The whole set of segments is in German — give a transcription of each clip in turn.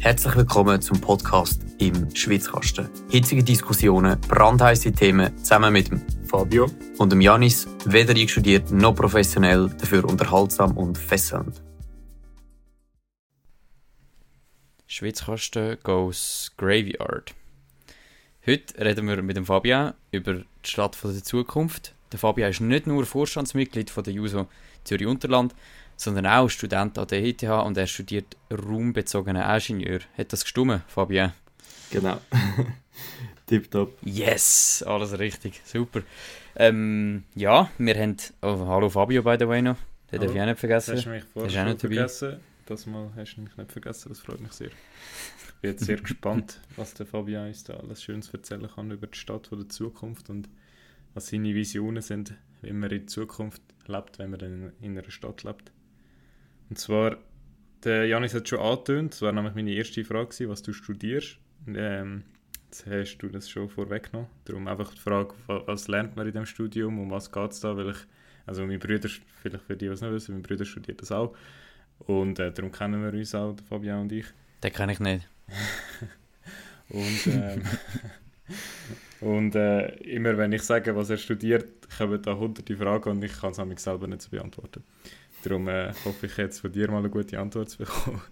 Herzlich willkommen zum Podcast im Schwitzkasten. Hitzige Diskussionen, brandheiße Themen zusammen mit dem Fabio und dem Janis, weder einstudiert noch professionell, dafür unterhaltsam und fesselnd. Schwitzkasten goes Graveyard. Heute reden wir mit dem Fabian über die Stadt der Zukunft. Der Fabian ist nicht nur Vorstandsmitglied von der JUSO Zürich-Unterland, sondern auch Student an der ETH und er studiert raumbezogenen Ingenieur. Hat das gestimmt, Fabian? Genau. Tipptopp. Yes, alles richtig, super. Ja, wir haben... Oh, hallo Fabio, by the way noch. Den darf ich auch nicht vergessen. Das hast du mich vorher schon vergessen. Das Mal hast du mich nicht vergessen, das freut mich sehr. Ich bin jetzt sehr gespannt, was der Fabian uns da alles Schönes erzählen kann über die Stadt der Zukunft und was seine Visionen sind, wie man in Zukunft lebt, wenn man dann in einer Stadt lebt. Und zwar, der Janis hat schon angetönt, das war nämlich meine erste Frage, was du studierst. Jetzt hast du das schon vorweggenommen. Darum einfach die Frage, was lernt man in diesem Studium, um was geht es da? Weil mein Bruder, vielleicht für die, die es nicht wissen, mein Bruder studiert das auch. Und darum kennen wir uns auch, Fabian und ich. Den kenne ich nicht. Und immer wenn ich sage, was er studiert, kommen da hunderte Fragen und ich kann es mich selber nicht so beantworten. Darum hoffe ich jetzt von dir mal eine gute Antwort zu bekommen.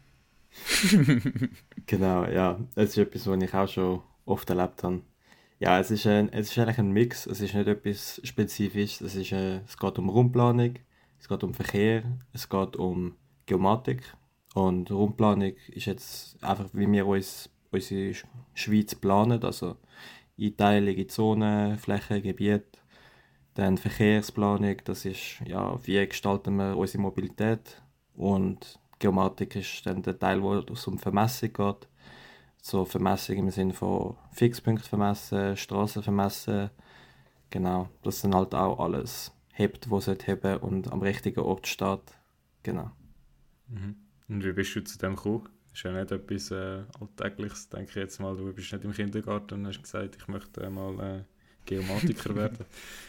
Genau, ja. Es ist etwas, was ich auch schon oft erlebt habe. Ja, es ist eigentlich ein Mix. Es ist nicht etwas Spezifisches. Es geht um Raumplanung, es geht um Verkehr, es geht um Geomatik. Und Raumplanung ist jetzt einfach, wie wir unsere Schweiz planen, also Einteilung in Zonen, Flächen, Gebiete. Dann Verkehrsplanung, das ist, ja, wie gestalten wir unsere Mobilität. Und Geomatik ist dann der Teil, wo es um Vermessung geht. So Vermessung im Sinne von Fixpunkte vermessen, Strassen vermessen. Genau, das sind halt auch alles hebt, wo es heben und am richtigen Ort steht. Genau. Mhm. Und wie bist du zu dem gekommen? Das ist ja nicht etwas Alltägliches, denke ich jetzt mal. Du bist nicht im Kindergarten und hast gesagt, ich möchte mal Geomatiker werden.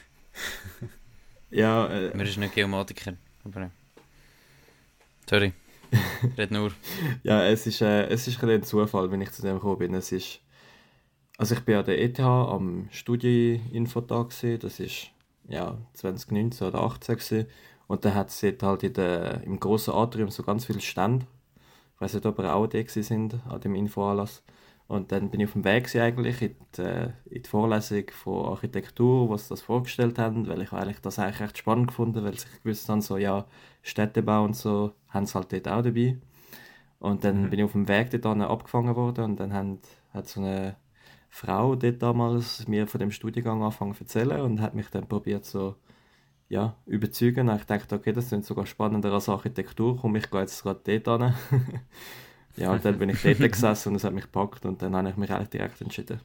Ja, Wir sind nicht Geomatiker, aber... Sorry, red nur. Ja, es ist ein bisschen ein Zufall, wenn ich zu dem gekommen bin. Also ich bin an der ETH am Studieninfotag gewesen. Das ist ja 2019 oder 2018 gewesen. Und dann hat es halt im grossen Atrium so ganz viele Stände. Ich weiß nicht, ob ihr auch da sind an dem Infoanlass. Und dann bin ich auf dem Weg eigentlich in die Vorlesung von Architektur, was sie das vorgestellt haben, weil ich eigentlich das eigentlich recht spannend gefunden, weil ich gewusst habe, so ja, Städtebau und so, haben sie halt dort auch dabei. Und dann bin ich auf dem Weg dort abgefangen worden und dann hat so eine Frau dort damals mir von dem Studiengang angefangen zu erzählen und hat mich dann probiert so, ja, überzeugen. Und ich dachte, okay, das ist sogar spannender als Architektur, komm, ich gehe jetzt gerade dort hin. Ja, und dann bin ich dort gesessen und es hat mich gepackt und dann habe ich mich eigentlich direkt entschieden.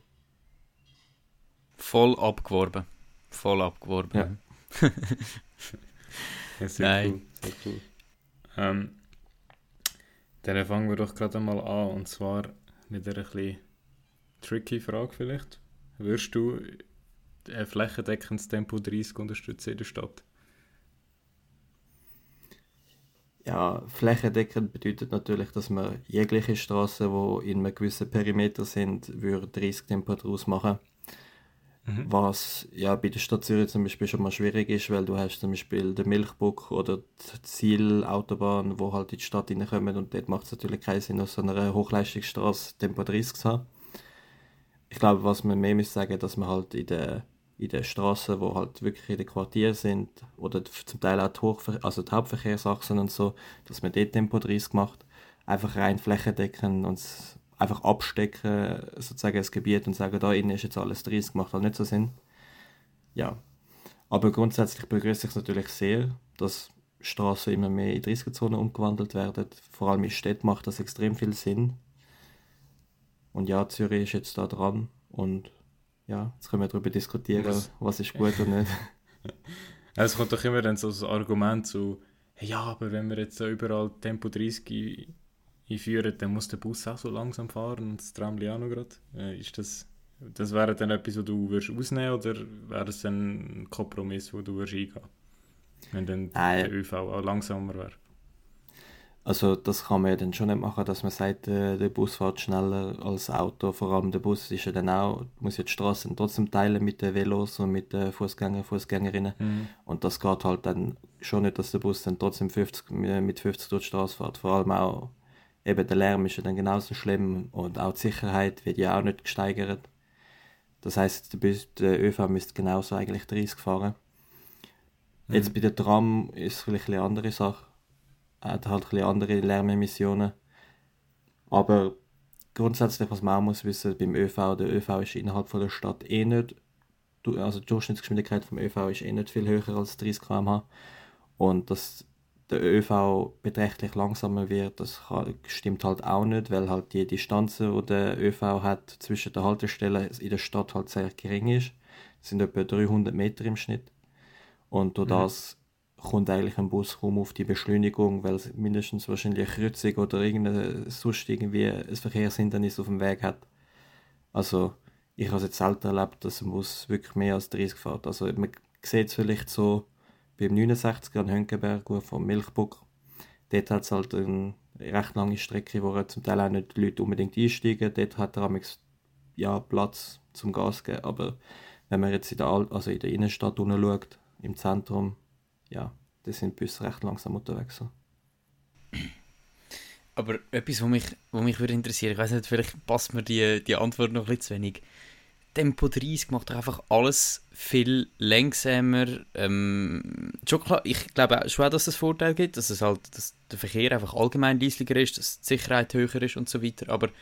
Voll abgeworben. Ja. Ja, sehr cool. Sehr cool. Dann fangen wir doch gerade mal an und zwar mit einer etwas tricky Frage vielleicht. Würdest du ein flächendeckendes Tempo 30 unterstützen in der Stadt? Ja, flächendeckend bedeutet natürlich, dass man jegliche Straßen, die in einem gewissen Perimeter sind, würde 30 Tempo draus machen. Was ja bei der Stadt Zürich zum Beispiel schon mal schwierig ist, weil du hast zum Beispiel den Milchbuck oder die Zielautobahn, wo halt in die Stadt reinkommen und dort macht es natürlich keinen Sinn, auf so einer Hochleistungsstraße Tempo 30 zu haben. Ich glaube, was man mehr muss sagen, dass man halt in den Straßen, wo halt wirklich in den Quartieren sind, oder zum Teil auch die Hauptverkehrsachsen und so, dass man dort Tempo 30 macht, einfach rein flächendeckend und einfach abstecken, sozusagen das Gebiet und sagen, da innen ist jetzt alles 30, macht halt nicht so Sinn. Ja, aber grundsätzlich begrüße ich es natürlich sehr, dass Straßen immer mehr in 30er-Zonen umgewandelt werden. Vor allem in Städten macht das extrem viel Sinn. Und ja, Zürich ist jetzt da dran und ja, jetzt können wir darüber diskutieren, was ist gut und nicht. Es kommt doch immer dann so das Argument so, hey, ja, aber wenn wir jetzt so überall Tempo 30 einführen, dann muss der Bus auch so langsam fahren und das Tramli auch noch gerade. Das wäre dann etwas, was du würdest ausnehmen oder wäre es dann ein Kompromiss, wo du würdest eingehen, wenn dann der ÖV auch langsamer wäre? Also das kann man ja dann schon nicht machen, dass man sagt, der Bus fährt schneller als das Auto. Vor allem der Bus ist ja dann auch, muss ja die Straßen trotzdem teilen mit den Velos und mit den Fußgängerinnen. Und das geht halt dann schon nicht, dass der Bus dann trotzdem mit 50 durch die Straße fährt. Vor allem auch eben der Lärm ist ja dann genauso schlimm und auch die Sicherheit wird ja auch nicht gesteigert. Das heisst, der ÖV müsste genauso eigentlich 30 fahren. Jetzt bei der Tram ist es vielleicht eine andere Sache. Hat halt ein bisschen andere Lärmemissionen. Aber grundsätzlich, was man auch muss wissen, beim ÖV, der ÖV ist innerhalb von der Stadt eh nicht, also die Durchschnittsgeschwindigkeit vom ÖV ist eh nicht viel höher als 30 km/h. Und dass der ÖV beträchtlich langsamer wird, stimmt halt auch nicht, weil halt die Distanzen, die der ÖV hat zwischen den Haltestellen in der Stadt halt sehr gering ist. Das sind etwa 300 Meter im Schnitt. Und durch das kommt eigentlich ein Bus kaum auf die Beschleunigung, weil es mindestens wahrscheinlich eine Kreuzung oder sonst irgendwie ein Verkehrshindernis auf dem Weg hat. Also ich habe es jetzt selten erlebt, dass ein Bus wirklich mehr als 30 fährt. Also man sieht es vielleicht so beim 69er an Hönckenberg vom Milchbuck. Dort hat es halt eine recht lange Strecke, wo zum Teil auch nicht die Leute unbedingt einsteigen. Dort hat er Platz zum Gas geben. Aber wenn man jetzt in der Innenstadt schaut, im Zentrum, ja, da sind die Busse recht langsam unterwegs. So. Aber etwas, was mich würde interessieren, ich weiss nicht, vielleicht passt mir die Antwort noch ein bisschen zu wenig. Tempo 30 macht doch einfach alles viel langsamer. Schon klar, ich glaube schon, dass es Vorteile gibt, dass der Verkehr einfach allgemein leislicher ist, dass die Sicherheit höher ist und so weiter. Aber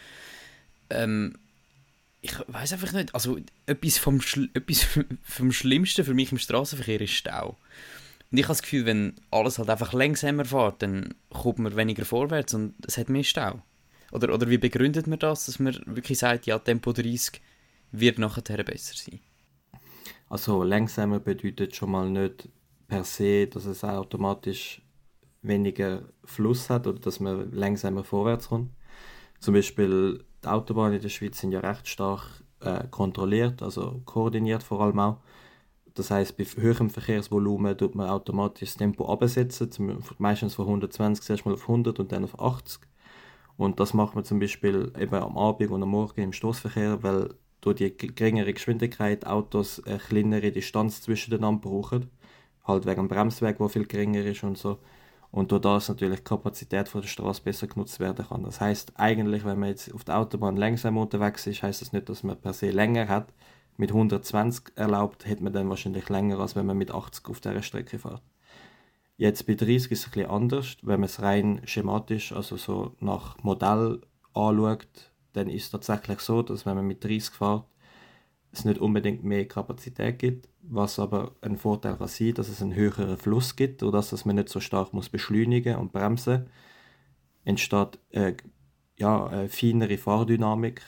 ich weiss einfach nicht. Also etwas vom Schlimmsten für mich im Straßenverkehr ist Stau. Und ich habe das Gefühl, wenn alles halt einfach langsamer fährt, dann kommt man weniger vorwärts und es hat mehr Stau. Oder wie begründet man das, dass man wirklich sagt, ja, Tempo 30 wird nachher besser sein? Also langsamer bedeutet schon mal nicht per se, dass es automatisch weniger Fluss hat oder dass man langsamer vorwärts kommt. Zum Beispiel die Autobahnen in der Schweiz sind ja recht stark kontrolliert, also koordiniert vor allem auch. Das heisst, bei höherem Verkehrsvolumen tut man automatisch das Tempo absetzen, meistens von 120 zuerst mal auf 100 und dann auf 80. Und das macht man zum Beispiel eben am Abend und am Morgen im Stoßverkehr, weil durch die geringere Geschwindigkeit Autos eine kleinere Distanz zwischeneinander brauchen. Halt wegen dem Bremsweg, der viel geringer ist und so. Und durch das natürlich die Kapazität von der Straße besser genutzt werden kann. Das heisst, eigentlich, wenn man jetzt auf der Autobahn langsamer unterwegs ist, heisst das nicht, dass man per se länger hat. Mit 120 erlaubt, hat man dann wahrscheinlich länger, als wenn man mit 80 auf dieser Strecke fährt. Jetzt bei 30 ist es ein bisschen anders. Wenn man es rein schematisch, also so nach Modell anschaut, dann ist es tatsächlich so, dass wenn man mit 30 fährt, es nicht unbedingt mehr Kapazität gibt, was aber ein Vorteil kann sein, dass es einen höheren Fluss gibt, oder dass man nicht so stark muss beschleunigen und bremsen. Entsteht eine feinere Fahrdynamik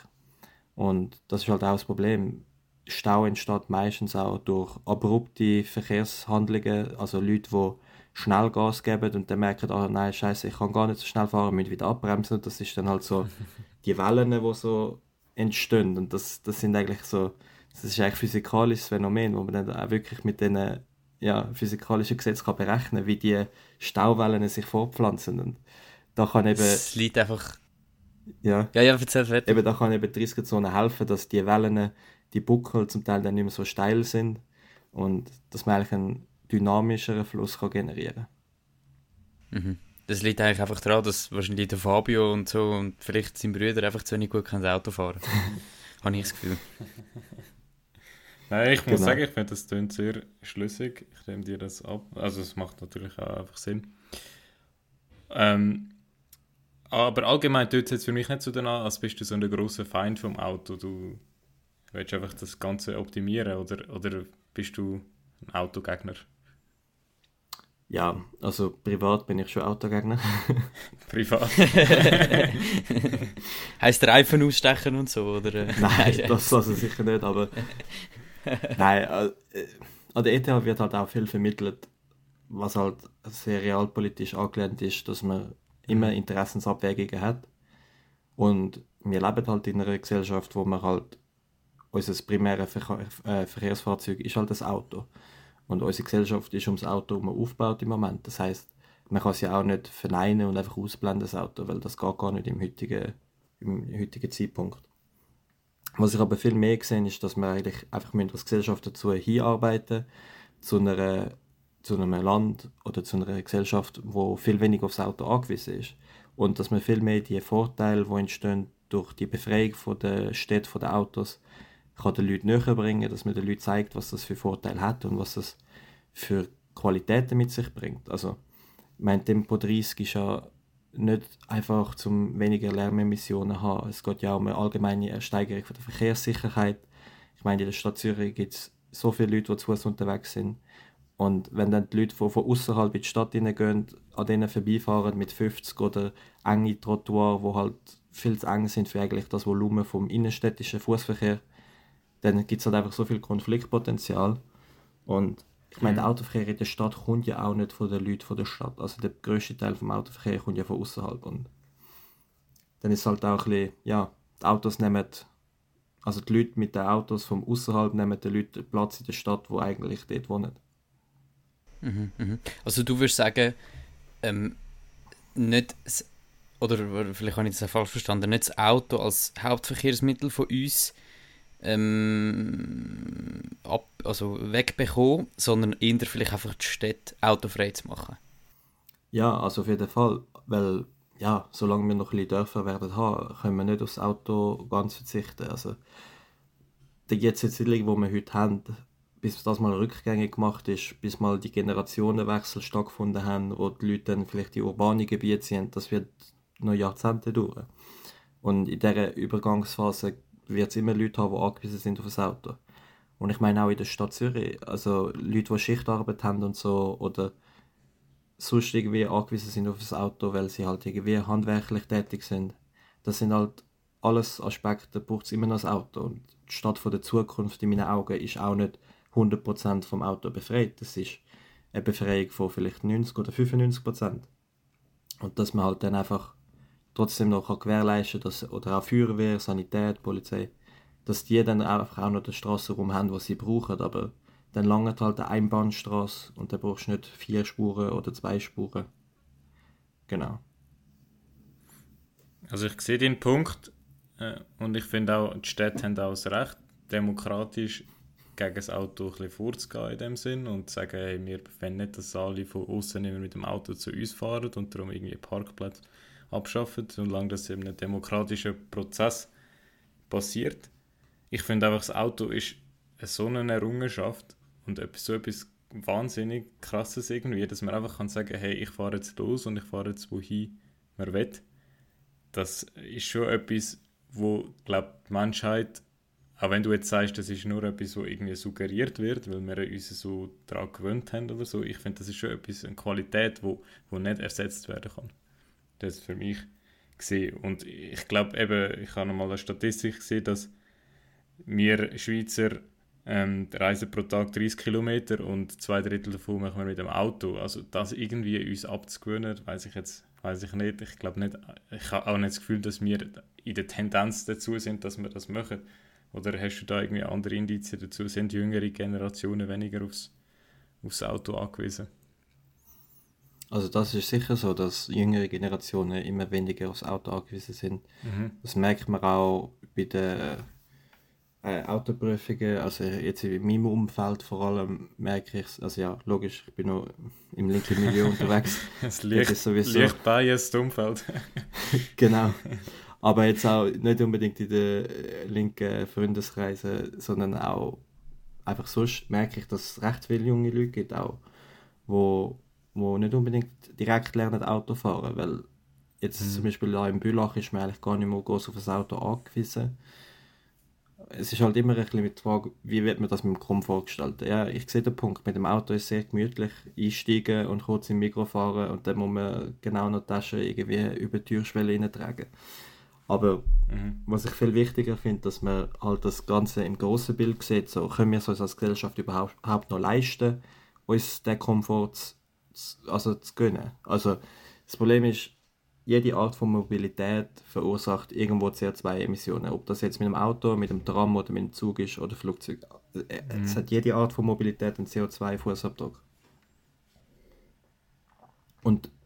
und das ist halt auch das Problem. Stau entsteht meistens auch durch abrupte Verkehrshandlungen, also Leute, die schnell Gas geben und dann merken, nein, scheiße, ich kann gar nicht so schnell fahren, müssen wieder abbremsen. Das ist dann halt so die Wellen, die so entstehen. Und das sind eigentlich so, das ist eigentlich ein physikalisches Phänomen, wo man dann auch wirklich mit diesen physikalischen Gesetzen kann berechnen, wie die Stauwellen sich fortpflanzen. Und da kann eben... Es liegt einfach... Ja, erzähl weiter. Eben, da kann eben die 30er-Zone helfen, dass die Wellen, die Buckel zum Teil dann nicht mehr so steil sind und dass man eigentlich einen dynamischeren Fluss kann generieren kann. Mhm. Das liegt eigentlich einfach daran, dass wahrscheinlich der Fabio und so und vielleicht seine Brüder einfach zu wenig gut Auto fahren können. Habe ich das Gefühl. Nein, ich muss sagen, ich finde, das klingt sehr schlüssig. Ich nehme dir das ab. Also es macht natürlich auch einfach Sinn. Aber allgemein tut es jetzt für mich nicht so danach, als bist du so ein grosser Feind vom Auto. Du willst einfach das Ganze optimieren oder bist du ein Autogegner? Ja, also privat bin ich schon Autogegner. Privat? Heisst der Reifen ausstechen und so? Oder? Nein, das also sicher nicht, aber... Nein, an der ETH wird halt auch viel vermittelt, was halt sehr realpolitisch angelehnt ist, dass man immer Interessensabwägungen hat. Und wir leben halt in einer Gesellschaft, wo man halt... Unser primäres Verkehrsfahrzeug ist halt das Auto. Und unsere Gesellschaft ist ums Auto aufgebaut im Moment. Das heisst, man kann es ja auch nicht verneinen und einfach ausblenden, das Auto, weil das geht gar nicht im heutigen Zeitpunkt. Was ich aber viel mehr gesehen ist, dass wir eigentlich einfach als Gesellschaft dazu hinarbeiten, zu einem Land oder zu einer Gesellschaft, wo viel weniger aufs Auto angewiesen ist. Und dass man viel mehr die Vorteile, die entstehen durch die Befreiung von der Städte, von den Autos, kann den Leuten näher bringen, dass man den Leuten zeigt, was das für Vorteile hat und was das für Qualitäten mit sich bringt. Also, mein Tempo 30 ist ja nicht einfach, um weniger Lärmemissionen zu haben. Es geht ja um eine allgemeine Steigerung von der Verkehrssicherheit. Ich meine, in der Stadt Zürich gibt es so viele Leute, die zu Fuß unterwegs sind. Und wenn dann die Leute, die von außerhalb in die Stadt hineingehen, an denen vorbeifahren mit 50 oder enge Trottoirs, die halt viel zu eng sind für eigentlich das Volumen vom innenstädtischen Fußverkehr, dann gibt es halt einfach so viel Konfliktpotenzial. Und ich meine, der Autoverkehr in der Stadt kommt ja auch nicht von den Leuten von der Stadt. Also der grösste Teil vom Autoverkehr kommt ja von außerhalb. Und dann ist es halt auch ein bisschen, ja, die Autos nehmen, also die Leute mit den Autos von außerhalb nehmen den Leuten Platz in der Stadt, die eigentlich dort wohnen. Also du würdest sagen, nicht, oder vielleicht habe ich das auch falsch verstanden, nicht das Auto als Hauptverkehrsmittel von uns also wegbekommen, sondern eher vielleicht einfach die Städte autofrei zu machen. Ja, also auf jeden Fall, weil ja, solange wir noch ein bisschen Dörfer werden haben, können wir nicht aufs Auto ganz verzichten. Also die jetzige Zeit, die wir heute haben, bis das mal rückgängig gemacht ist, bis mal die Generationenwechsel stattgefunden haben, wo die Leute dann vielleicht die urbanen Gebiete sind, das wird noch Jahrzehnte dauern. Und in dieser Übergangsphase wird es immer Leute haben, die angewiesen sind auf das Auto. Und ich meine auch in der Stadt Zürich, also Leute, die Schichtarbeit haben und so, oder sonst irgendwie angewiesen sind auf das Auto, weil sie halt irgendwie handwerklich tätig sind. Das sind halt alles Aspekte, da braucht es immer noch das Auto. Und die Stadt von der Zukunft in meinen Augen ist auch nicht 100% vom Auto befreit. Das ist eine Befreiung von vielleicht 90 oder 95%. Und dass man halt dann einfach trotzdem noch gewährleisten kann, dass, oder auch Feuerwehr, Sanität, Polizei, dass die dann einfach auch noch den Strassenraum haben, was sie brauchen, aber dann langt halt eine Einbahnstraße und dann brauchst du nicht 4 Spuren oder 2 Spuren. Genau. Also ich sehe den Punkt und ich finde auch, die Städte haben auch das Recht, demokratisch gegen das Auto ein bisschen vorzugehen in dem Sinn und zu sagen, hey, wir wollen nicht, dass alle von außen immer mit dem Auto zu uns fahren und darum irgendwie Parkplätze abschaffen, solange das eben ein demokratischer Prozess passiert. Ich finde einfach, das Auto ist so eine Errungenschaft und so etwas wahnsinnig Krasses irgendwie, dass man einfach kann sagen, hey, ich fahre jetzt los und ich fahre jetzt wohin man will. Das ist schon etwas, wo, glaube die Menschheit, auch wenn du jetzt sagst, das ist nur etwas, wo irgendwie suggeriert wird, weil wir uns so daran gewöhnt haben oder so, ich finde, das ist schon etwas, eine Qualität, wo nicht ersetzt werden kann. Das ist für mich gesehen. Und ich glaube eben, ich habe noch mal eine Statistik gesehen, dass wir Schweizer reisen pro Tag 30 Kilometer und 2/3 davon machen wir mit dem Auto. Also das irgendwie uns abzugewöhnen, weiß ich nicht. Ich glaube nicht, ich habe auch nicht das Gefühl, dass wir in der Tendenz dazu sind, dass wir das machen. Oder hast du da irgendwie andere Indizien dazu? Sind jüngere Generationen weniger aufs Auto angewiesen? Also das ist sicher so, dass jüngere Generationen immer weniger aufs Auto angewiesen sind. Das merkt man auch bei den Autoprüfungen, also jetzt in meinem Umfeld vor allem merke ich es, also ja, logisch, ich bin noch im linken Milieu unterwegs. Es leicht biased Umfeld. Genau. Aber jetzt auch nicht unbedingt in den linken Freundeskreisen, sondern auch einfach sonst merke ich, dass es recht viele junge Leute gibt, auch, wo nicht unbedingt direkt lernen Auto fahren, weil jetzt zum Beispiel da im Bülach ist man eigentlich gar nicht mehr groß auf das Auto angewiesen. Es ist halt immer ein bisschen mit der Frage, wie wird man das mit dem Komfort gestalten. Ja, ich sehe den Punkt, mit dem Auto ist es sehr gemütlich, einsteigen und kurz im Mikro fahren und dann muss man genau noch die Tasche irgendwie über die Türschwelle reintragen. Aber was ich viel wichtiger finde, dass man halt das Ganze im grossen Bild sieht, so können wir es uns als Gesellschaft überhaupt noch leisten, uns den Komfort zu gönnen. Also das Problem ist, jede Art von Mobilität verursacht irgendwo CO2-Emissionen. Ob das jetzt mit dem Auto, mit dem Tram oder mit dem Zug ist oder Flugzeug. Es hat jede Art von Mobilität einen CO2-Fußabdruck. Und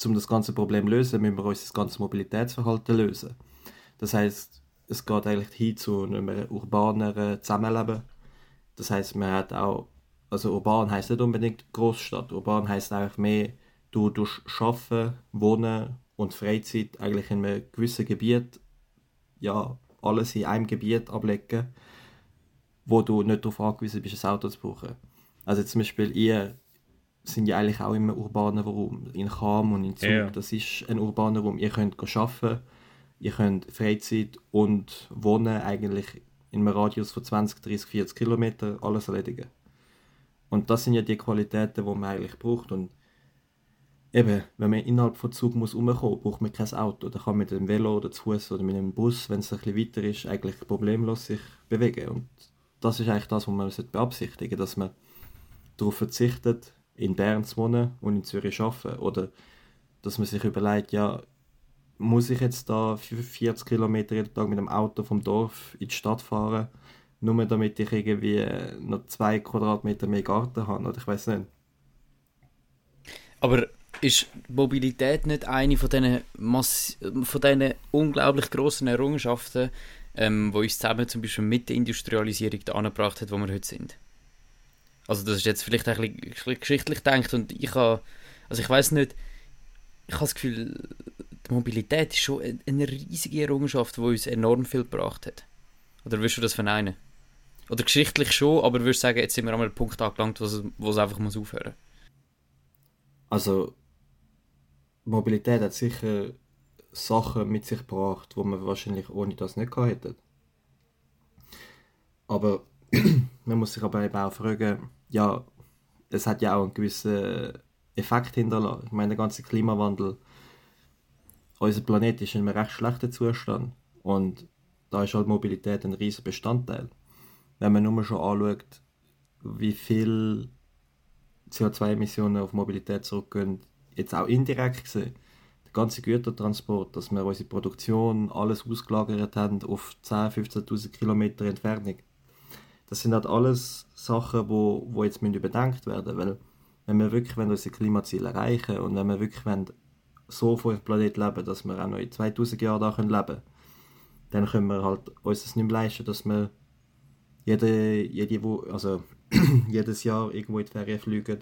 um das ganze Problem zu lösen, müssen wir unser ganzes Mobilitätsverhalten lösen. Das heisst, es geht eigentlich hin zu einem urbaneren Zusammenleben. Das heisst, man hat auch, also urban heisst nicht unbedingt Großstadt. Urban heisst eigentlich mehr, du durch Arbeiten, Wohnen und Freizeit eigentlich in einem gewissen Gebiet, ja, alles in einem Gebiet ablecken, wo du nicht darauf angewiesen bist, ein Auto zu brauchen. Also zum Beispiel ihr sind ja eigentlich auch im urbanen Raum. In Cham und in Zug, das ist ein urbaner Raum. Ihr könnt arbeiten, ihr könnt Freizeit und Wohnen eigentlich in einem Radius von 20, 30, 40 Kilometern alles erledigen. Und das sind ja die Qualitäten, die man eigentlich braucht. Und eben, wenn man innerhalb von Zug muss rumkommen, braucht man kein Auto. Da kann man mit dem Velo oder zu Fuß oder mit einem Bus, wenn es ein bisschen weiter ist, eigentlich problemlos sich bewegen. Und das ist eigentlich das, was man beabsichtigen sollte, dass man darauf verzichtet, in Bern zu wohnen und in Zürich zu arbeiten. Oder dass man sich überlegt, ja, muss ich jetzt da 40 Kilometer jeden Tag mit dem Auto vom Dorf in die Stadt fahren, nur damit ich irgendwie noch 2 Quadratmeter mehr Garten habe, oder ich weiß nicht. Aber ist Mobilität nicht eine von diesen unglaublich grossen Errungenschaften, die uns zusammen zum Beispiel mit der Industrialisierung da angebracht hat, wo wir heute sind? Also das ist jetzt vielleicht ein bisschen geschichtlich gedacht und ich weiss nicht, ich habe das Gefühl, die Mobilität ist schon eine riesige Errungenschaft, die uns enorm viel gebracht hat. Oder würdest du das verneinen? Oder geschichtlich schon, aber würdest du sagen, jetzt sind wir an einem Punkt angelangt, wo es einfach aufhören muss? Also, Mobilität hat sicher Sachen mit sich gebracht, die man wahrscheinlich ohne das nicht gehabt hätte. Aber man muss sich aber eben auch fragen, ja, es hat ja auch einen gewissen Effekt hinterlassen. Ich meine, der ganze Klimawandel, unser Planet ist in einem recht schlechten Zustand und da ist halt Mobilität ein riesiger Bestandteil. Wenn man nur schon anschaut, wie viel CO2-Emissionen auf Mobilität zurückgehen, jetzt auch indirekt gesehen, der ganze Gütertransport, dass wir unsere Produktion, alles ausgelagert haben auf 10.000, 15.000 Kilometer Entfernung. Das sind halt alles Sachen, wo jetzt überdenkt werden müssen, weil wenn wir wirklich unsere Klimaziele erreichen und wenn wir wirklich so auf dem Planeten leben, dass wir auch noch in 2000 Jahren da leben können, dann können wir halt uns das nicht mehr leisten, dass wir jedes Jahr irgendwo in die Ferien fliegen,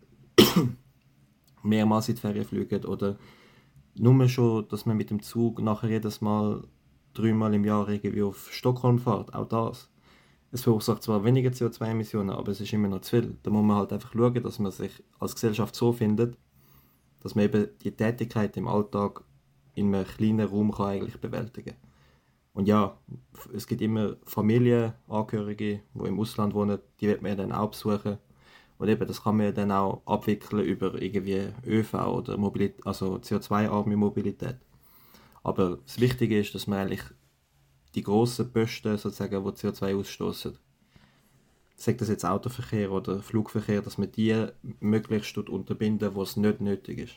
mehrmals in die Ferien fliegen oder nur schon, dass man mit dem Zug nachher jedes Mal 3-mal im Jahr irgendwie auf Stockholm fährt, auch das. Es verursacht zwar weniger CO2-Emissionen, aber es ist immer noch zu viel. Da muss man halt einfach schauen, dass man sich als Gesellschaft so findet, dass man eben die Tätigkeit im Alltag in einem kleinen Raum kann eigentlich bewältigen kann. Und ja, es gibt immer Familienangehörige, die im Ausland wohnen, die wird man ja dann auch besuchen. Und eben, das kann man ja dann auch abwickeln über irgendwie ÖV oder also CO2-arme Mobilität. Aber das Wichtige ist, dass man eigentlich die grossen Posten, sozusagen, die CO2 ausstoßen, sagt das jetzt Autoverkehr oder Flugverkehr, dass man die möglichst unterbinden, wo es nicht nötig ist.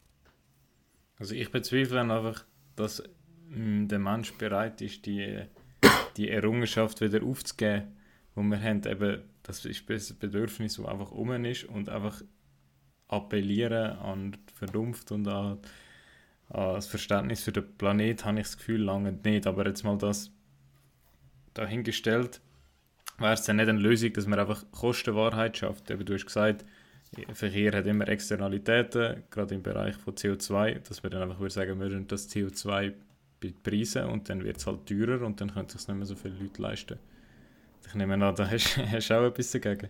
Also ich bezweifle einfach, dass der Mensch bereit ist, die Errungenschaft wieder aufzugeben, die wir haben. Eben, das ist ein Bedürfnis, das einfach ist und einfach appellieren an die Vernunft und an das Verständnis für den Planet, habe ich das Gefühl, lange nicht. Aber jetzt mal das dahingestellt, wäre es dann nicht eine Lösung, dass man einfach Kostenwahrheit schafft. Eben, du hast gesagt, Verkehr hat immer Externalitäten, gerade im Bereich von CO2, dass wir dann einfach sagen, wir würden das CO2 bepreisen und dann wird es halt teurer und dann können sich nicht mehr so viele Leute leisten. Ich nehme an, da hast du auch etwas dagegen.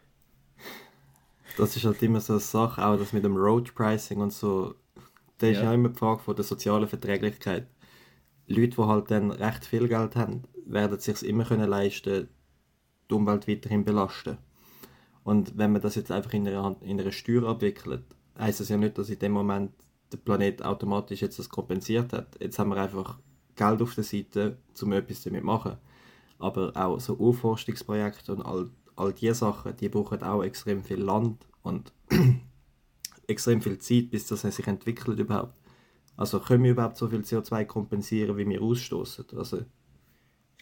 Das ist halt immer so eine Sache, auch das mit dem Road Pricing und so. Da ist ja immer die Frage von der sozialen Verträglichkeit. Leute, die halt dann recht viel Geld haben, werden es sich immer leisten, die Umwelt weiterhin belasten. Und wenn man das jetzt einfach in einer Steuer abwickelt, heisst das ja nicht, dass in dem Moment der Planet automatisch jetzt das kompensiert hat. Jetzt haben wir einfach Geld auf der Seite, um etwas damit zu machen. Aber auch so Aufforstungsprojekte und all diese Sachen, die brauchen auch extrem viel Land und extrem viel Zeit, bis das sich entwickelt überhaupt. Also können wir überhaupt so viel CO2 kompensieren, wie wir ausstoßen? Also ich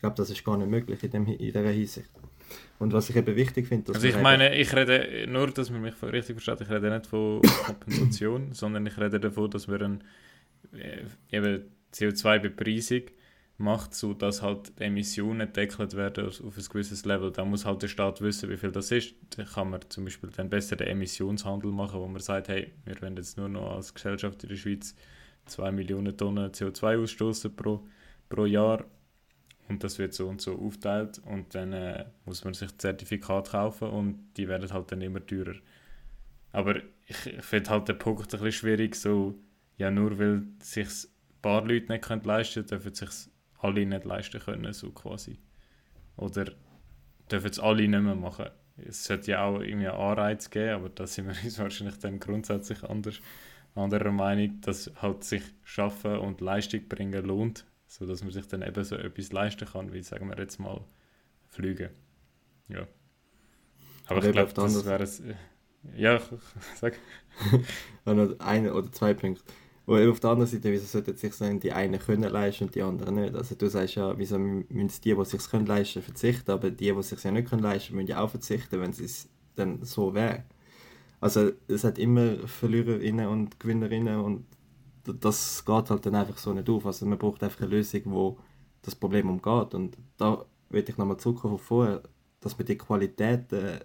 glaube, das ist gar nicht möglich in dieser Hinsicht. Und was ich eben wichtig finde, dass also ich meine, ich rede, nur, dass man mich richtig versteht, ich rede nicht von Kompensation, sondern ich rede davon, dass wir eben CO2-Bepreisung macht, so dass halt die Emissionen gedeckelt werden auf ein gewisses Level. Da muss halt der Staat wissen, wie viel das ist. Da kann man zum Beispiel dann besser den Emissionshandel machen, wo man sagt, hey, wir wollen jetzt nur noch als Gesellschaft in der Schweiz 2 Millionen Tonnen CO2 ausstoßen pro Jahr. Und das wird so und so aufteilt und dann muss man sich Zertifikate kaufen und die werden halt dann immer teurer. Aber ich finde halt den Punkt ein bisschen schwierig, so, ja, nur weil sich ein paar Leute nicht leisten können, dürfen sich alle nicht leisten können, so quasi. Oder dürfen es alle nicht mehr machen. Es sollte ja auch irgendwie einen Anreiz geben, aber da sind wir uns wahrscheinlich dann grundsätzlich anderer Meinung, dass halt sich Schaffen und Leistung bringen lohnt, sodass man sich dann eben so etwas leisten kann, wie, sagen wir jetzt mal, Flüge. Ja. Aber ich glaube, das wäre es... Ja, sag. noch ein oder zwei Punkte. Und auf der anderen Seite, wieso sollten sich so die einen können leisten und die anderen nicht? Also du sagst ja, wieso müssen die sich können leisten, verzichten, aber die sich ja nicht können leisten, müssen ja auch verzichten, wenn es dann so wäre. Also es hat immer Verliererinnen und Gewinnerinnen und das geht halt dann einfach so nicht auf. Also man braucht einfach eine Lösung, wo das Problem umgeht. Und da will ich nochmal zurückkommen von vorher, dass man die Qualitäten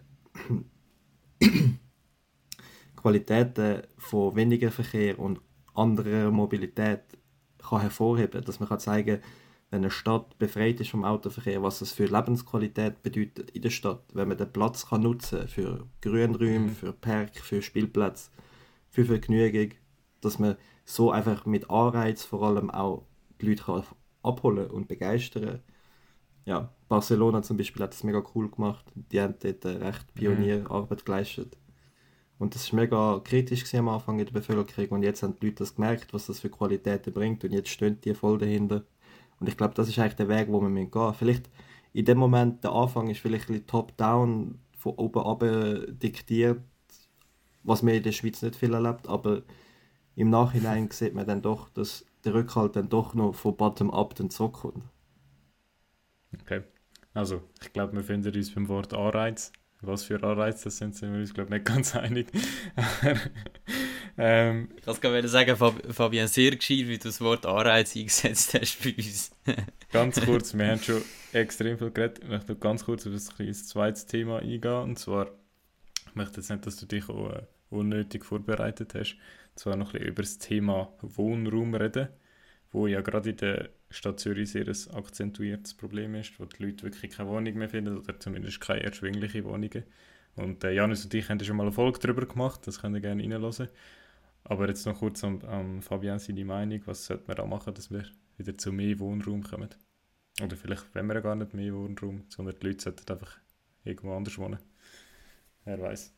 von weniger Verkehr und anderer Mobilität kann hervorheben, dass man kann zeigen, wenn eine Stadt befreit ist vom Autoverkehr, was das für Lebensqualität bedeutet in der Stadt, wenn man den Platz kann nutzen für Grünräume, für Park, für Spielplätze, für Vergnügung, dass man so einfach mit Anreiz vor allem auch die Leute kann abholen und begeistern. Ja, Barcelona zum Beispiel hat das mega cool gemacht, die haben dort recht Pionierarbeit geleistet. Und das war mega kritisch am Anfang in der Bevölkerung und jetzt haben die Leute das gemerkt, was das für Qualitäten bringt und jetzt stehen die voll dahinter. Und ich glaube, das ist eigentlich der Weg, wo wir gehen müssen. Vielleicht in dem Moment, der Anfang ist vielleicht ein bisschen top-down, von oben runter diktiert, was man in der Schweiz nicht viel erlebt, aber im Nachhinein sieht man dann doch, dass der Rückhalt dann doch noch von bottom-up dann zurückkommt. Okay, also ich glaube, wir finden uns beim Wort Anreiz. Was für Anreize das sind wir uns, glaube ich, nicht ganz einig. Ich kann es gerade sagen, Fabian, sehr gescheit, wie du das Wort Anreiz eingesetzt hast bei uns. Ganz kurz, wir haben schon extrem viel geredet. Ich möchte ganz kurz auf ein zweites Thema eingehen. Und zwar, ich möchte jetzt nicht, dass du dich auch unnötig vorbereitet hast, zwar noch ein bisschen über das Thema Wohnraum reden, wo ja gerade in der Stadt Zürich sehr ein akzentuiertes Problem ist, wo die Leute wirklich keine Wohnung mehr finden oder zumindest keine erschwingliche Wohnungen. Und Janus und ich haben schon mal eine Folge darüber gemacht, das könnt ihr gerne reinhören. Aber jetzt noch kurz an Fabian seine Meinung, was sollte man da machen, dass wir wieder zu mehr Wohnraum kommen? Oder vielleicht wollen wir ja gar nicht mehr Wohnraum, sondern die Leute sollten einfach irgendwo anders wohnen. Wer weiß.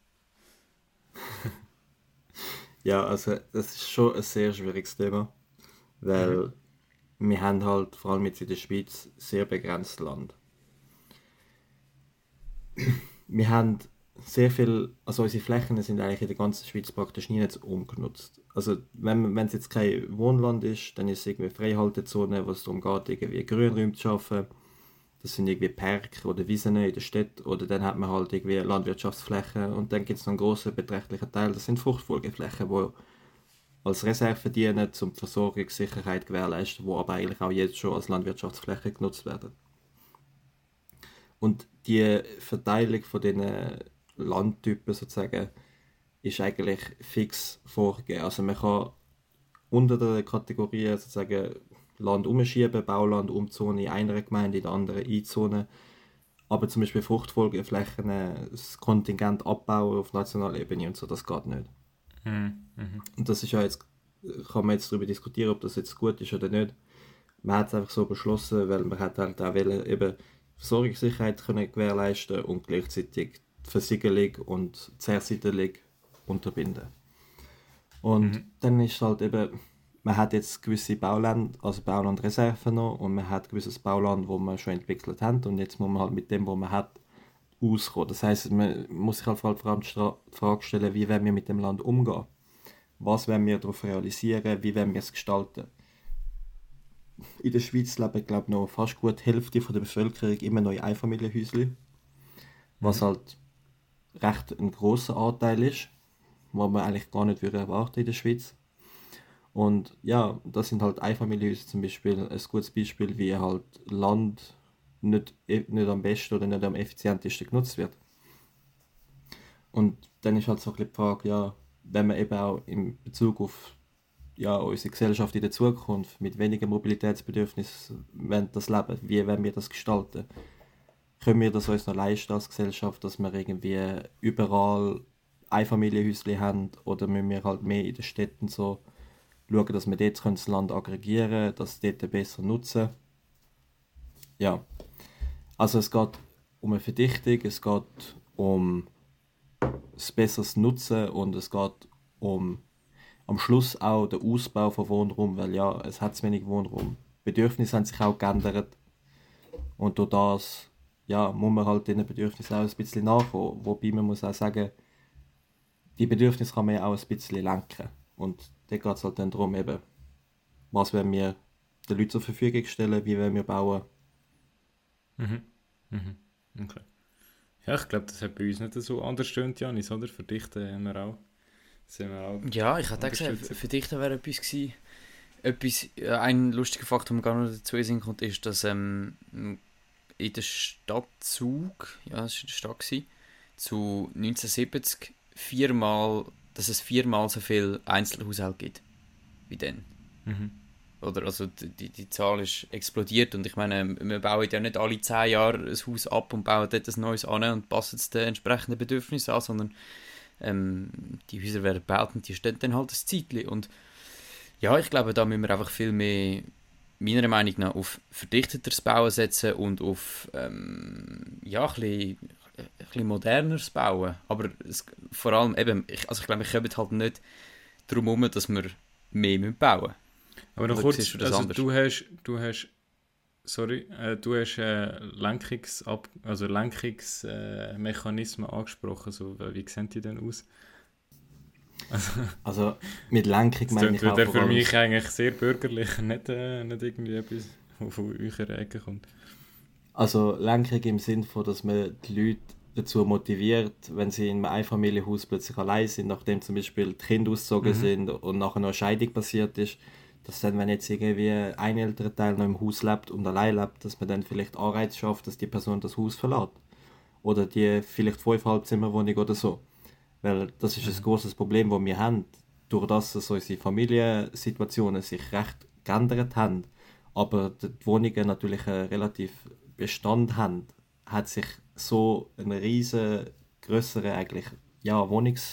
Ja, also das ist schon ein sehr schwieriges Thema, weil wir haben halt, vor allem jetzt in der Schweiz, sehr begrenztes Land. Wir haben sehr viel, also unsere Flächen sind eigentlich in der ganzen Schweiz praktisch nie jetzt ungenutzt. Also wenn es jetzt kein Wohnland ist, dann ist es irgendwie Freihaltezone, wo es darum geht, irgendwie Grünräume zu schaffen. Das sind irgendwie Parks oder Wiesen in der Stadt, oder dann hat man halt irgendwie Landwirtschaftsflächen und dann gibt es noch einen grossen beträchtlichen Teil, das sind Fruchtfolgeflächen, die als Reserve dienen, um die Versorgungssicherheit gewährleisten, die aber eigentlich auch jetzt schon als Landwirtschaftsfläche genutzt werden. Und die Verteilung von diesen Landtypen sozusagen ist eigentlich fix vorgegeben. Also man kann unter der Kategorie sozusagen Land umschieben, Bauland umzonen in einer Gemeinde, in der anderen einzonen. Aber zum Beispiel Fruchtfolgeflächen, das Kontingent abbauen auf nationaler Ebene und so, das geht nicht. Und das ist ja jetzt, kann man jetzt darüber diskutieren, ob das jetzt gut ist oder nicht. Man hat es einfach so beschlossen, weil man hat halt auch eben Versorgungssicherheit können gewährleisten und gleichzeitig die Versiegelung und Zersiedelung unterbinden. Und dann ist halt eben, man hat jetzt gewisse Bauland, also Baulandreserven noch, und man hat gewisses Bauland, wo man schon entwickelt hat, und jetzt muss man halt mit dem, was man hat, auskommen. Das heisst, man muss sich halt vor allem die Frage stellen, wie wollen wir mit dem Land umgehen? Was wollen wir darauf realisieren? Wie wollen wir es gestalten? in der Schweiz leben, glaube ich, noch fast gut die Hälfte von der Bevölkerung immer noch in Einfamilienhäuschen, was halt recht ein grosser Anteil ist, was man eigentlich gar nicht würde erwarten in der Schweiz. Und ja, das sind halt Einfamilienhäuser zum Beispiel ein gutes Beispiel, wie halt Land nicht am besten oder nicht am effizientesten genutzt wird. Und dann ist halt so ein bisschen die Frage, ja, wenn man eben auch in Bezug auf ja, unsere Gesellschaft in der Zukunft mit weniger Mobilitätsbedürfnis das leben, wie wollen wir das gestalten? Können wir das uns noch leisten als Gesellschaft, dass wir irgendwie überall Einfamilienhäuschen haben, oder müssen wir halt mehr in den Städten so schauen, dass wir dort das Land aggregieren können, das dort besser nutzen? Ja, also es geht um eine Verdichtung, es geht um das besseres Nutzen und es geht um am Schluss auch den Ausbau von Wohnraum, weil ja, es hat zu wenig Wohnraum. Die Bedürfnisse haben sich auch geändert und durch das ja, muss man halt diesen Bedürfnissen auch ein bisschen nachkommen. Wobei man muss auch sagen, die Bedürfnisse kann man ja auch ein bisschen lenken. Und da geht es halt dann darum, eben, was wollen wir den Leuten zur Verfügung stellen, wie wollen wir bauen. Mhm. Mhm. Okay. Ja, ich glaube, das hat bei uns nicht so anders stöhnt, Janis, oder? Verdichten haben wir auch. Sind wir auch Ja, ich hätte auch gesagt, für dich wäre etwas gewesen. Ein lustiger Fakt, der mir gar nicht dazu sehen konnte, ist, dass in der Stadt Zug, ja, das war in der Stadt, zu 1970 dass es viermal so viele Einzelhaushalte gibt wie dann. Mhm. Oder, also die Zahl ist explodiert und ich meine, wir bauen ja nicht alle 10 Jahre ein Haus ab und bauen dort ein neues an und passen es den entsprechenden Bedürfnissen an, sondern die Häuser werden gebaut und die stehen dann halt ein Zeitchen. Und ja, ich glaube, da müssen wir einfach viel mehr, meiner Meinung nach, auf verdichteteres Bauen setzen und auf ja, ein bisschen moderneres Bauen. Aber vor allem eben, ich glaube, wir kommen halt nicht darum herum, dass wir mehr bauen müssen. Aber noch kurz, also du hast Lenkungsmechanismen angesprochen. Also, wie sehen die denn aus? Also mit Lenkung meine ich auch vor allem... für mich eigentlich sehr bürgerlich, nicht irgendwie etwas, was von eurer Ecke kommt. Also Lenkung im Sinne von, dass man die Leute dazu motiviert, wenn sie in einem Einfamilienhaus plötzlich allein sind, nachdem zum Beispiel die Kinder ausgezogen sind und nachher noch eine Scheidung passiert ist, dass dann, wenn jetzt irgendwie ein Elternteil noch im Haus lebt und allein lebt, dass man dann vielleicht Anreiz schafft, dass die Person das Haus verlässt. Oder die vielleicht 5 Halbzimmerwohnung oder so. Weil das ist ein großes Problem, das wir haben. Durch das, dass unsere Familiensituationen sich recht geändert haben, aber die Wohnungen natürlich einen relativ Bestand haben, hat sich so ein riesen grösserer eigentlich, ja,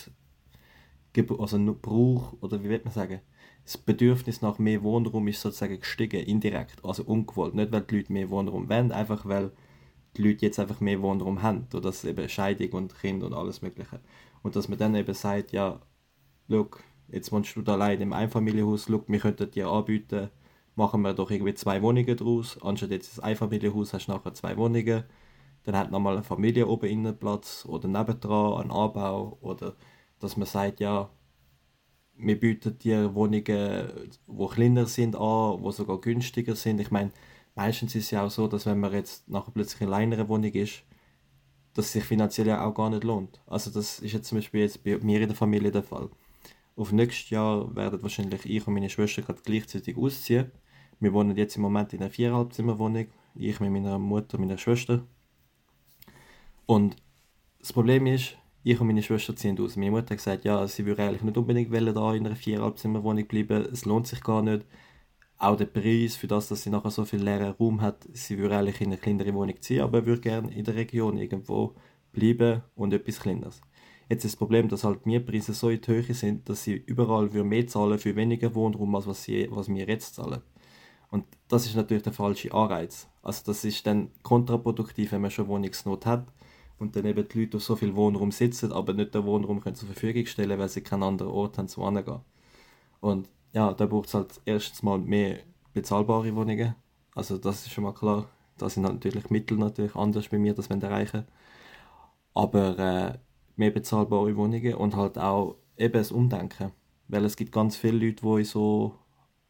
Brauch, oder wie will man sagen, das Bedürfnis nach mehr Wohnraum ist sozusagen gestiegen, indirekt, also ungewollt. Nicht, weil die Leute mehr Wohnraum wollen, einfach weil die Leute jetzt einfach mehr Wohnraum haben, durch das eben Scheidung und Kind und alles mögliche. Und dass man dann eben sagt, ja, schau, jetzt wohnst du da allein im Einfamilienhaus, schau, wir könnten dir anbieten, machen wir doch irgendwie 2 Wohnungen draus, anstatt jetzt ein Einfamilienhaus hast du nachher 2 Wohnungen, dann hat nochmal eine Familie oben innen Platz oder nebendran einen Anbau, oder dass man sagt, ja, wir bieten dir Wohnungen, die kleiner sind an, die sogar günstiger sind. Ich meine, meistens ist es ja auch so, dass wenn man jetzt nachher plötzlich in einer kleineren Wohnung ist, dass es sich finanziell ja auch gar nicht lohnt. Also das ist jetzt zum Beispiel jetzt bei mir in der Familie der Fall. Auf nächstes Jahr werden wahrscheinlich ich und meine Schwester gerade gleichzeitig ausziehen. Wir wohnen jetzt im Moment in einer 4,5 Zimmerwohnung, ich mit meiner Mutter und meiner Schwester. Und das Problem ist, ich und meine Schwester ziehen aus. Meine Mutter hat gesagt, ja, sie würde eigentlich nicht unbedingt wollen, da in einer 4,5 Zimmerwohnung bleiben. Es lohnt sich gar nicht. Auch der Preis für das, dass sie nachher so viel leeren Raum hat, sie würde eigentlich in eine kleinere Wohnung ziehen, aber würde gerne in der Region irgendwo bleiben und etwas Kleineres. Jetzt ist das Problem, dass halt die Mietpreise so in die Höhe sind, dass sie überall mehr zahlen für weniger Wohnraum, als was wir jetzt zahlen. Und das ist natürlich der falsche Anreiz. Also das ist dann kontraproduktiv, wenn man schon Wohnungsnot hat und dann eben die Leute auf so viel Wohnraum sitzen, aber nicht den Wohnraum können zur Verfügung stellen, weil sie keinen anderen Ort haben, zum hingehen. Und ja, da braucht es halt erstens mal mehr bezahlbare Wohnungen. Also das ist schon mal klar. Da sind halt natürlich Mittel natürlich anders bei mir, das wir erreichen. Aber mehr bezahlbare Wohnungen und halt auch eben das Umdenken. Weil es gibt ganz viele Leute, die in so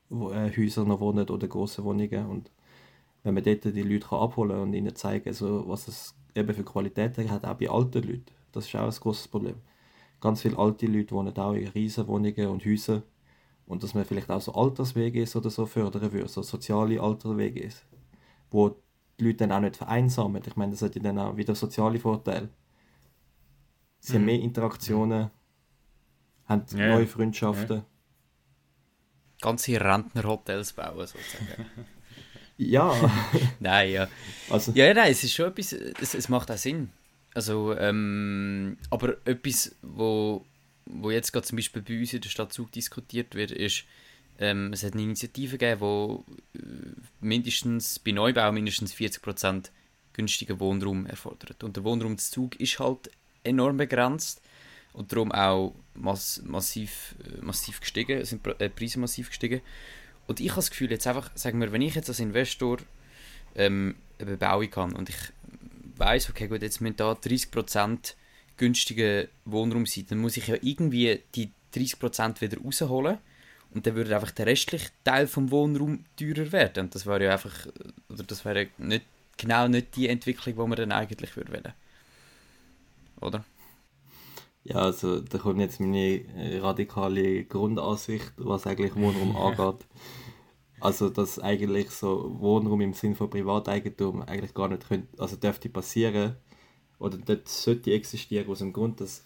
Häusern noch wohnen oder grossen Wohnungen. Und wenn man dort die Leute abholen kann und ihnen zeigen, so, was es eben für Qualitäten hat, auch bei alten Leuten, das ist auch ein grosses Problem. Ganz viele alte Leute wohnen auch in riesen Wohnungen und Häusern. Und dass man vielleicht auch so Alterswege oder so fördern würde, so soziale Alterswege, wo die Leute dann auch nicht vereinsamen. Ich meine, das hat ja dann auch wieder soziale Vorteile. Sie haben mehr Interaktionen, haben neue Freundschaften. Ganze Rentnerhotels bauen, sozusagen. Ja. Nein, ja. Also, Ja, nein, es ist schon etwas, es macht auch Sinn. Also, aber etwas, wo jetzt gerade zum Beispiel bei uns in der Stadt Zug diskutiert wird, ist, es hat eine Initiative gegeben, die mindestens bei Neubau mindestens 40% günstigen Wohnraum erfordert. Und der Wohnraum zu Zug ist halt enorm begrenzt und darum auch massiv gestiegen, sind Preise massiv gestiegen. Und ich habe das Gefühl, jetzt einfach, sagen wir, wenn ich jetzt als Investor eine Bebauung habe und ich weiss, okay, gut, jetzt müssen da 30% günstiger Wohnraum sein, dann muss ich ja irgendwie die 30% wieder rausholen und dann würde einfach der restliche Teil vom Wohnraum teurer werden. Und das wäre ja einfach, oder das wäre nicht die Entwicklung, die man dann eigentlich würde wollen. Oder? ja, also da kommt jetzt meine radikale Grundansicht, was eigentlich Wohnraum angeht. Also, dass eigentlich so Wohnraum im Sinne von Privateigentum eigentlich gar nicht könnte, also dürfte passieren oder dort sollte existieren aus dem Grund, dass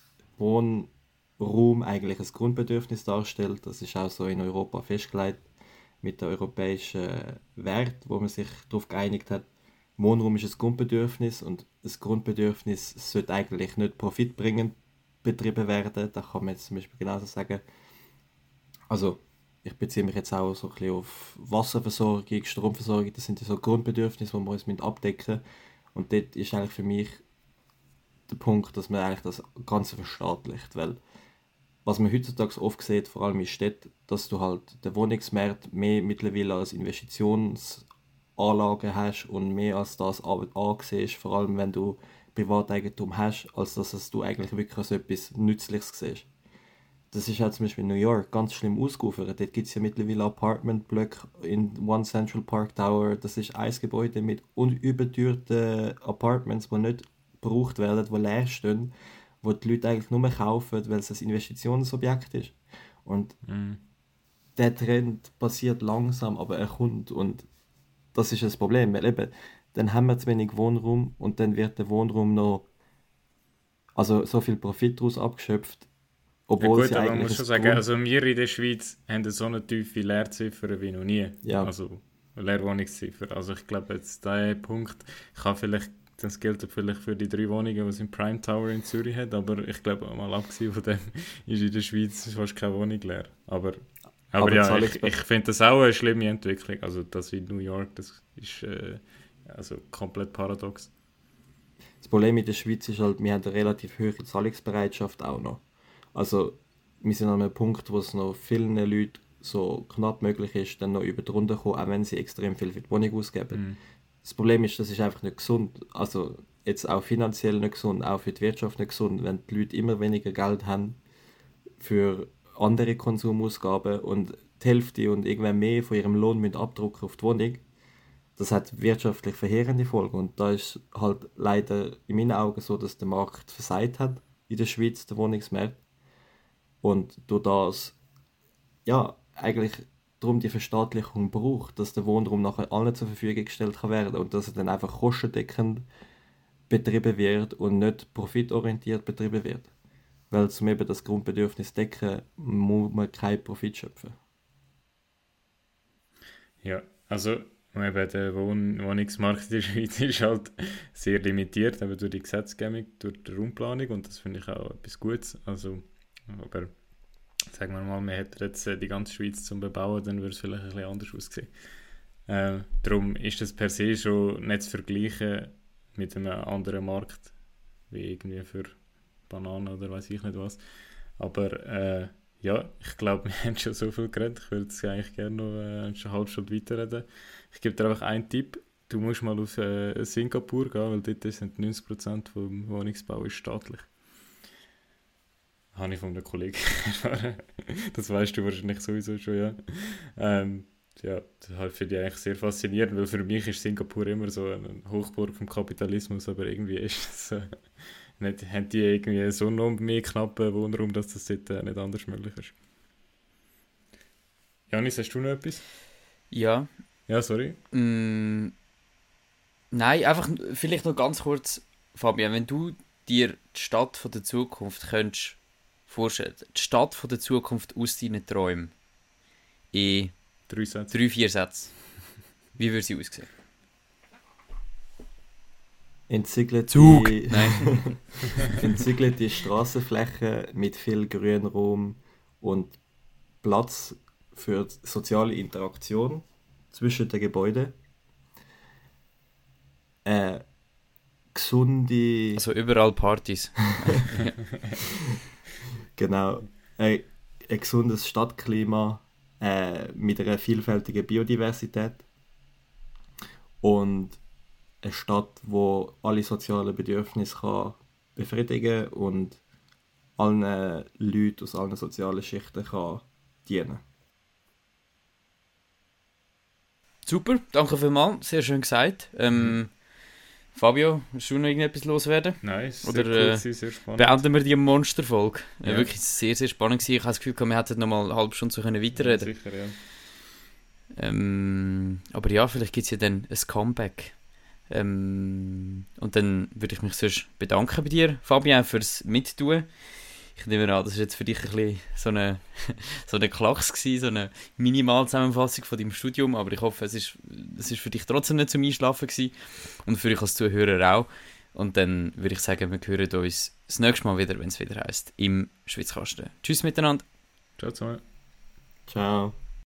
Wohnraum eigentlich ein Grundbedürfnis darstellt. Das ist auch so in Europa festgelegt mit den europäischen Wert, wo man sich darauf geeinigt hat. Wohnraum ist ein Grundbedürfnis und das Grundbedürfnis sollte eigentlich nicht profitbringend betrieben werden. Da kann man jetzt zum Beispiel genauso sagen. Also ich beziehe mich jetzt auch so ein bisschen auf Wasserversorgung, Stromversorgung, das sind ja so Grundbedürfnisse, die wir uns abdecken müssen. Und dort ist eigentlich für mich der Punkt, dass man eigentlich das Ganze verstaatlicht, weil was man heutzutage oft sieht, vor allem in Städten, dass du halt den Wohnungsmarkt mehr mittlerweile als Investitionsanlage hast und mehr als das ansiehst, vor allem wenn du Privateigentum hast, als dass du eigentlich wirklich als etwas Nützliches siehst. Das ist halt zum Beispiel in New York ganz schlimm ausgeufert. Dort gibt es ja mittlerweile Apartmentblöcke in One Central Park Tower. Das ist ein Gebäude mit unüberteuerten Apartments, die nicht gebraucht werden, die leer stehen, wo die Leute eigentlich nur kaufen, weil es ein Investitionsobjekt ist. Und der Trend passiert langsam, aber er kommt. Und das ist das Problem, weil eben, dann haben wir zu wenig Wohnraum und dann wird der Wohnraum noch, also so viel Profit daraus abgeschöpft, obwohl ja gut, sie aber eigentlich man muss schon sagen, also wir in der Schweiz haben so eine tiefe Leerziffer wie noch nie. Ja. Also Leerwohnungsziffer. Also ich glaube jetzt der Punkt kann vielleicht, das gilt vielleicht für die 3 Wohnungen, die es im Prime Tower in Zürich hat, aber ich glaube mal abgesehen von dem ist in der Schweiz fast keine Wohnung leer. Aber ja, ich finde das auch eine schlimme Entwicklung. Also das in New York, das ist also komplett paradox. Das Problem in der Schweiz ist halt, wir haben eine relativ hohe Zahlungsbereitschaft auch noch. Also wir sind an einem Punkt, wo es noch vielen Leuten so knapp möglich ist, dann noch über die Runde zu kommen, auch wenn sie extrem viel für die Wohnung ausgeben. Das Problem ist, das ist einfach nicht gesund. Also jetzt auch finanziell nicht gesund, auch für die Wirtschaft nicht gesund, wenn die Leute immer weniger Geld haben für andere Konsumausgaben und die Hälfte und irgendwann mehr von ihrem Lohn müssen abdrucken auf die Wohnung. Das hat wirtschaftlich verheerende Folgen und da ist halt leider in meinen Augen so, dass der Markt versagt hat in der Schweiz, der Wohnungsmarkt. Und durch das, ja, eigentlich darum die Verstaatlichung braucht, dass der Wohnraum nachher allen zur Verfügung gestellt kann werden und dass er dann einfach kostendeckend betrieben wird und nicht profitorientiert betrieben wird. Weil zum eben das Grundbedürfnis decken, muss man keinen Profit schöpfen. Ja, also eben der Wohnungsmarkt in der Schweiz ist halt sehr limitiert, eben durch die Gesetzgebung, durch die Raumplanung und das finde ich auch etwas Gutes. Also, aber sagen wir mal, man hätte jetzt die ganze Schweiz zum Bebauen, dann würde es vielleicht ein bisschen anders aussehen. Darum ist das per se schon nicht zu vergleichen mit einem anderen Markt, wie irgendwie für Bananen oder weiß ich nicht was. Aber ja, ich glaube, wir haben schon so viel geredet. Ich würde jetzt eigentlich gerne noch eine halbe Stunde weiterreden. Ich gebe dir einfach einen Tipp. Du musst mal auf Singapur gehen, weil dort sind 90% vom Wohnungsbau ist staatlich. Habe ich von einem Kollegen erfahren. Das weißt du wahrscheinlich sowieso schon, ja. Ja, das finde ich eigentlich sehr faszinierend, weil für mich ist Singapur immer so eine Hochburg vom Kapitalismus, aber irgendwie ist es, haben die irgendwie so noch mehr knappen Wohnraum, dass das dort nicht anders möglich ist. Janis, hast du noch etwas? Ja. Ja, sorry. Nein, einfach vielleicht noch ganz kurz, Fabian, wenn du dir die Stadt von der Zukunft könntest vorstellen, die Stadt von der Zukunft aus deinen Träumen in 3-4 Sätzen, wie würde sie aussehen? Entziegelte Strassenflächen mit viel Grünraum und Platz für soziale Interaktion zwischen den Gebäuden. Gesunde... Also überall Partys. Genau. Ein gesundes Stadtklima mit einer vielfältigen Biodiversität. Und eine Stadt, wo alle sozialen Bedürfnisse kann befriedigen und allen Leuten aus allen sozialen Schichten kann dienen. Super, danke vielmals, sehr schön gesagt. Fabio, willst du noch irgendetwas loswerden? Nein, sehr Oder cool, sehr spannend. beenden wir die Monsterfolge? Ja. Wirklich sehr, sehr spannend gewesen. Ich habe das Gefühl, wir hätten noch mal eine halbe Stunde so weiterreden. Ja, sicher, ja. Aber ja, vielleicht gibt es ja dann ein Comeback. Und dann würde ich mich sonst bedanken bei dir, Fabian, fürs Mittun. Ich nehme an, das war jetzt für dich ein bisschen so eine Klacks gewesen, so eine Minimalzusammenfassung von deinem Studium, aber ich hoffe, es ist für dich trotzdem nicht zum Einschlafen gewesen und für euch als Zuhörer auch. Und dann würde ich sagen, wir hören uns das nächste Mal wieder, wenn es wieder heisst, im Schwitzkasten. Tschüss miteinander. Ciao zusammen. Ciao.